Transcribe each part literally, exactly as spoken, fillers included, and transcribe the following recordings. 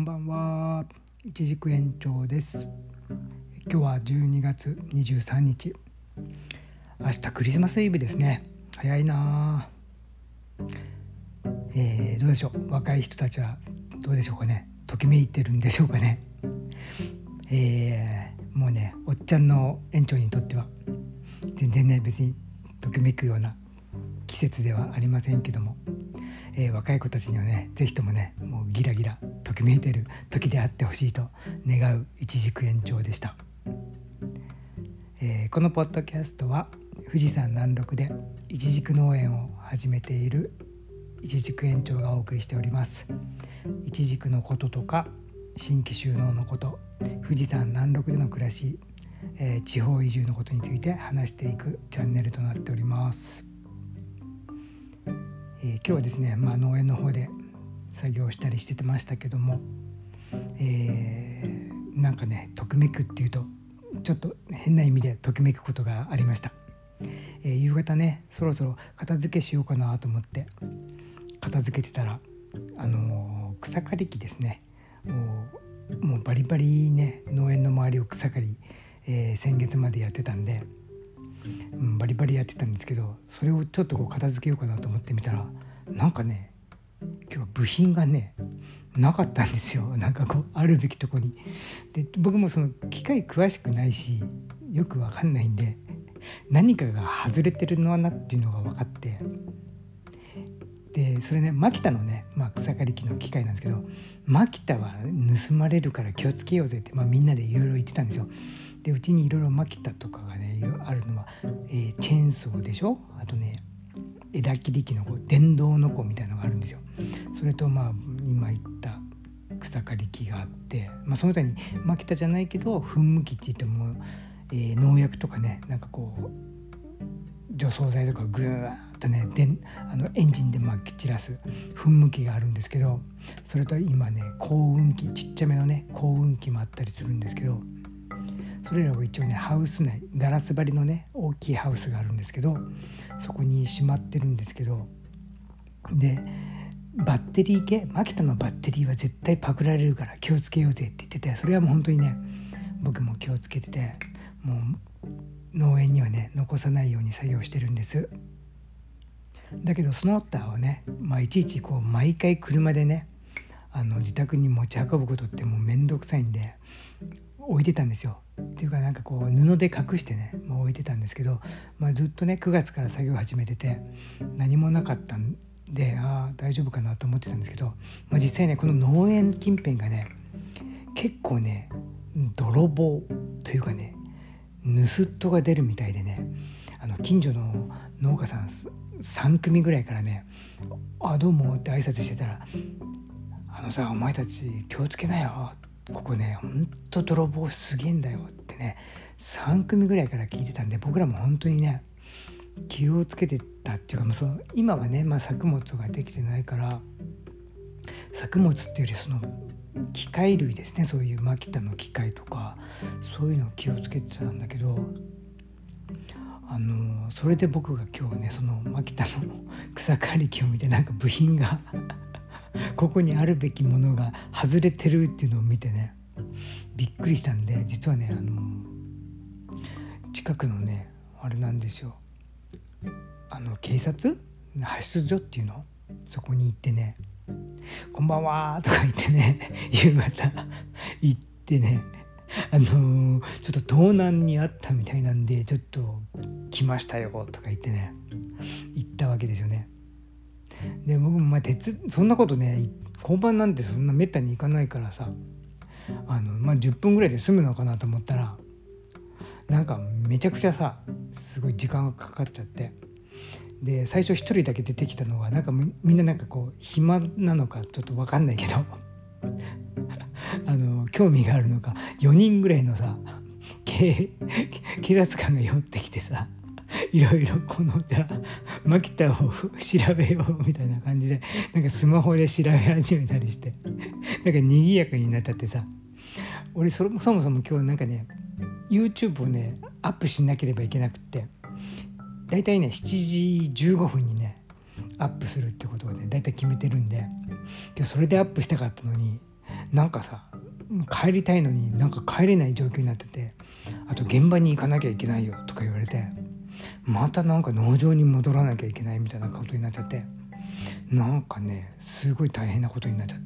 んばんは。一軸延長です。今日はじゅうにがつにじゅうさんにち、明日クリスマスイブですね。早いな、えー、どうでしょう、若い人たちはどうでしょうかね。ときめいてるんでしょうかね。えー、もうねおっちゃんの園長にとっては全然ね別にときめくような季節ではありませんけども、えー、若い子たちにはねぜひともねもうギラギラときめいてる時であってほしいと願う一軸延長でした。えー、このポッドキャストは富士山南麓で一軸農園を始めている一軸園長がお送りしております。一軸のこととか新規就農のこと、富士山南麓での暮らし、えー、地方移住のことについて話していくチャンネルとなっております。えー、今日はですね、まあ、農園の方で作業したりしてましたけども、えー、なんかねときめくっていうとちょっと変な意味でときめくことがありました。えー、夕方ねそろそろ片付けしようかなと思って片付けてたら、あのー、草刈り機ですね、もう、もうバリバリね農園の周りを草刈り、えー、先月までやってたんで、うん、バリバリやってたんですけど、それをちょっとこう片付けようかなと思ってみたら、なんかね今日は部品がねなかったんですよ。なんかこうあるべきとこに。で僕もその機械詳しくないしよくわかんないんで、何かが外れてるのはなっていうのが分かって、でそれねマキタのね、まあ、草刈り機の機械なんですけど、マキタは盗まれるから気をつけようぜって、まあ、みんなでいろいろ言ってたんですよ。でうちにいろいろマキタとかがねあるのは、えー、チェーンソーでしょ、あとね枝切り機のこう電動のこみたいなのがあるんですよ。それとまあ今言った草刈り機があって、まあ、その他にマキタじゃないけど噴霧器って言っても、えー、農薬とかねなんかこう除草剤とかぐーっとねであのエンジンでまき散らす噴霧器があるんですけど、それと今ね耕運機、ちっちゃめのね耕運機もあったりするんですけど、それらを一応ねハウス内ガラス張りのね大きいハウスがあるんですけど、そこにしまってるんですけど、でバッテリー系マキタのバッテリーは絶対パクられるから気をつけようぜって言ってて、それはもう本当にね僕も気をつけてて、もう農園にはね残さないように作業してるんです。だけどスノーターをね、まあ、いちいちこう毎回車でねあの自宅に持ち運ぶことってもうめんどくさいんで置いてたんですよ。っていうかなんかこう布で隠してね、まあ、置いてたんですけど、まあ、ずっとねくがつから作業始めてて何もなかったんで、ああ大丈夫かなと思ってたんですけど、まあ、実際ねこの農園近辺がね結構ね泥棒というかね盗人が出るみたいでね、あの近所の農家さんさんくみぐらいからねあどうもって挨拶してたら、あのさお前たち気をつけなよ、ここねほんと泥棒すげえんだよってねさんくみぐらいから聞いてたんで、僕らも本当にね気をつけてたっていうか、まあ、その今はね、まあ、作物ができてないから作物っていうよりその機械類ですね、そういうマキタの機械とかそういうのを気をつけてたんだけど、あのそれで僕が今日ねそのマキタの草刈り機を見てなんか部品がここにあるべきものが外れてるっていうのを見てねびっくりしたんで、実はねあの近くのねあれなんですよ、あの警察派出所っていうの、そこに行ってねこんばんはとか言ってね夕方行ってね、あのー、ちょっと盗難にあったみたいなんでちょっと来ましたよとか言ってね行ったわけですよね。で僕もまあ鉄そんなことね交番なんてそんなめったに行かないからさ、あの、まあ、じゅっぷんぐらいで済むのかなと思ったらなんかめちゃくちゃさすごい時間がかかっちゃって、で最初一人だけ出てきたのがなんかみんななんかこう暇なのかちょっと分かんないけどあの興味があるのかよにんぐらいのさ 警, 警察官が寄ってきてさ、いろいろこのじゃあマキタを調べようみたいな感じでなんかスマホで調べ始めたりしてなんか賑やかになっちゃってさ、俺そもそもそも今日なんかね YouTube をねアップしなければいけなくって、だいたいねしちじじゅうごふんにねアップするってことをねだいたい決めてるんで、今日それでアップしたかったのになんかさ帰りたいのになんか帰れない状況になってて、あと現場に行かなきゃいけないよとか言われて、またなんか農場に戻らなきゃいけないみたいなことになっちゃって、なんかねすごい大変なことになっちゃって、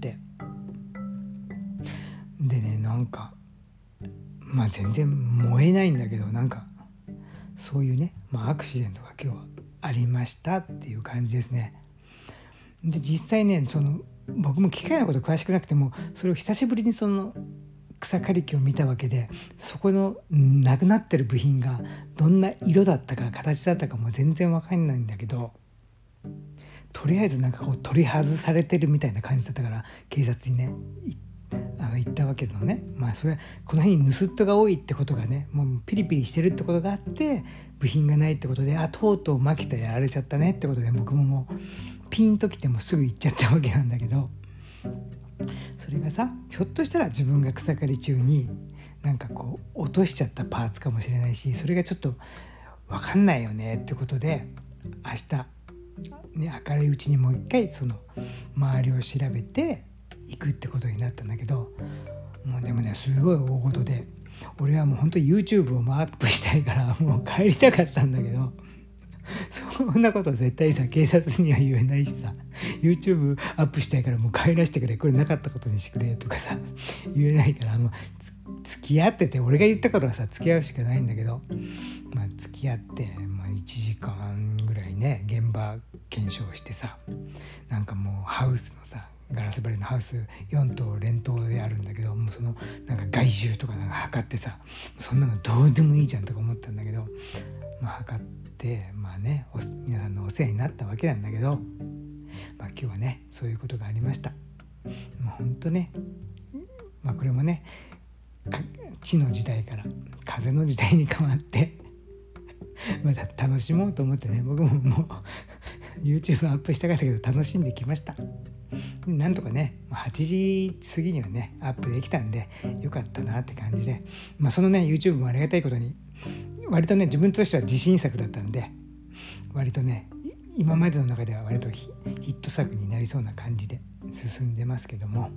でねなんかまあ全然燃えないんだけど、なんかそういうね、まあ、アクシデントが今日はありましたっていう感じですね。で実際ねその僕も機械のこと詳しくなくても、それを久しぶりにその草刈り機を見たわけで、そこのなくなってる部品がどんな色だったか形だったかも全然わかんないんだけど、とりあえずなんかこう取り外されてるみたいな感じだったから、警察にねあの行ったわけなのね。まあそれはこの辺に盗っ人が多いってことがね、もうピリピリしてるってことがあって、部品がないってことで、あとうとうマキタやられちゃったねってことで、僕ももうピンときてもすぐ行っちゃったわけなんだけど、それがさひょっとしたら自分が草刈り中になんかこう落としちゃったパーツかもしれないし、それがちょっと分かんないよねってことで、明日、ね、明るいうちにもう一回その周りを調べて行くってことになったんだけど、もうでもねすごい大事で、俺はもう本当に YouTube をアップしたいからもう帰りたかったんだけど、そんなこと絶対さ警察には言えないしさ、 YouTube アップしたいからもう帰らせてくれ、これなかったことにしてくれとかさ言えないから、もう付き合ってて、俺が言ったからさ付き合うしかないんだけど、まあ付き合って、まあ、いちじかんぐらいね現場検証してさ、なんかもうハウスのさガラス張りのハウスよん棟連棟であるんだけど、もうそのなんか外周とかなんか測ってさ、そんなのどうでもいいじゃんとか思ったんだけど、まあ測ってまあね皆さんのお世話になったわけなんだけど、まあ今日はねそういうことがありました。もうほんとね、まあこれもね地の時代から風の時代に変わってまた楽しもうと思ってね、僕ももう YouTube アップしたかったけど楽しんできました。なんとかねはちじ過ぎにはねアップできたんでよかったなって感じで、まあそのね YouTube もありがたいことに割とね自分としては自信作だったんで、割とね今までの中では割とヒット作になりそうな感じで進んでますけども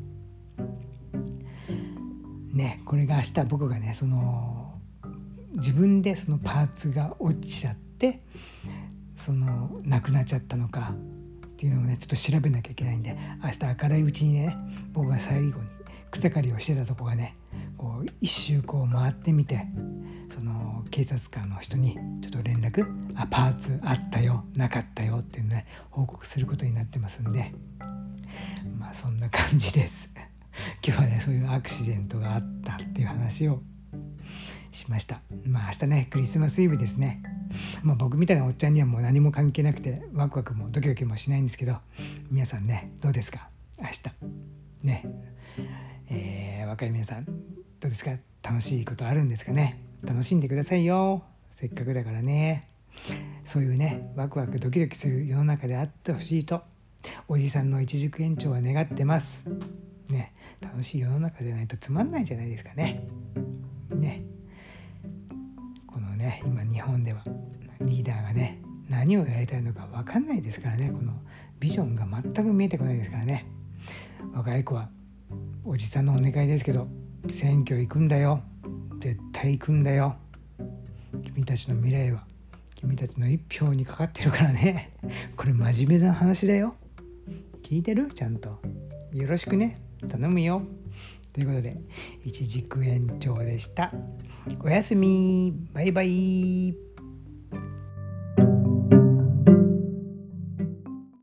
ね、これが明日僕がねその自分でそのパーツが落ちちゃってそのなくなっちゃったのかっていうのをねちょっと調べなきゃいけないんで、明日明るいうちにね僕が最後に草刈りをしてたとこがねこう一周こう回ってみて、その警察官の人にちょっと連絡、あパーツあったよなかったよっていうのね報告することになってますんで、まあそんな感じです今日はねそういうアクシデントがあったっていう話をしました。まあ明日ねクリスマスイブですね。まあ僕みたいなおっちゃんにはもう何も関係なくてワクワクもドキドキもしないんですけど、皆さんねどうですか明日ね、えー、若い皆さんどうですか、楽しいことあるんですかね。楽しんでくださいよ、せっかくだからね。そういうねワクワクドキドキする世の中であってほしいとおじさんの一軸延長は願ってますね。楽しい世の中じゃないとつまんないじゃないですかね。ね、このね今日本ではリーダーがね何をやりたいのか分かんないですからね、このビジョンが全く見えてこないですからね。若い子はおじさんのお願いですけど選挙行くんだよ、絶対行くんだよ。君たちの未来は君たちの一票にかかってるからね。これ真面目な話だよ、聞いてる？ちゃんとよろしくね、頼むよ。ということで一軸延長でした。おやすみ、バイバイ。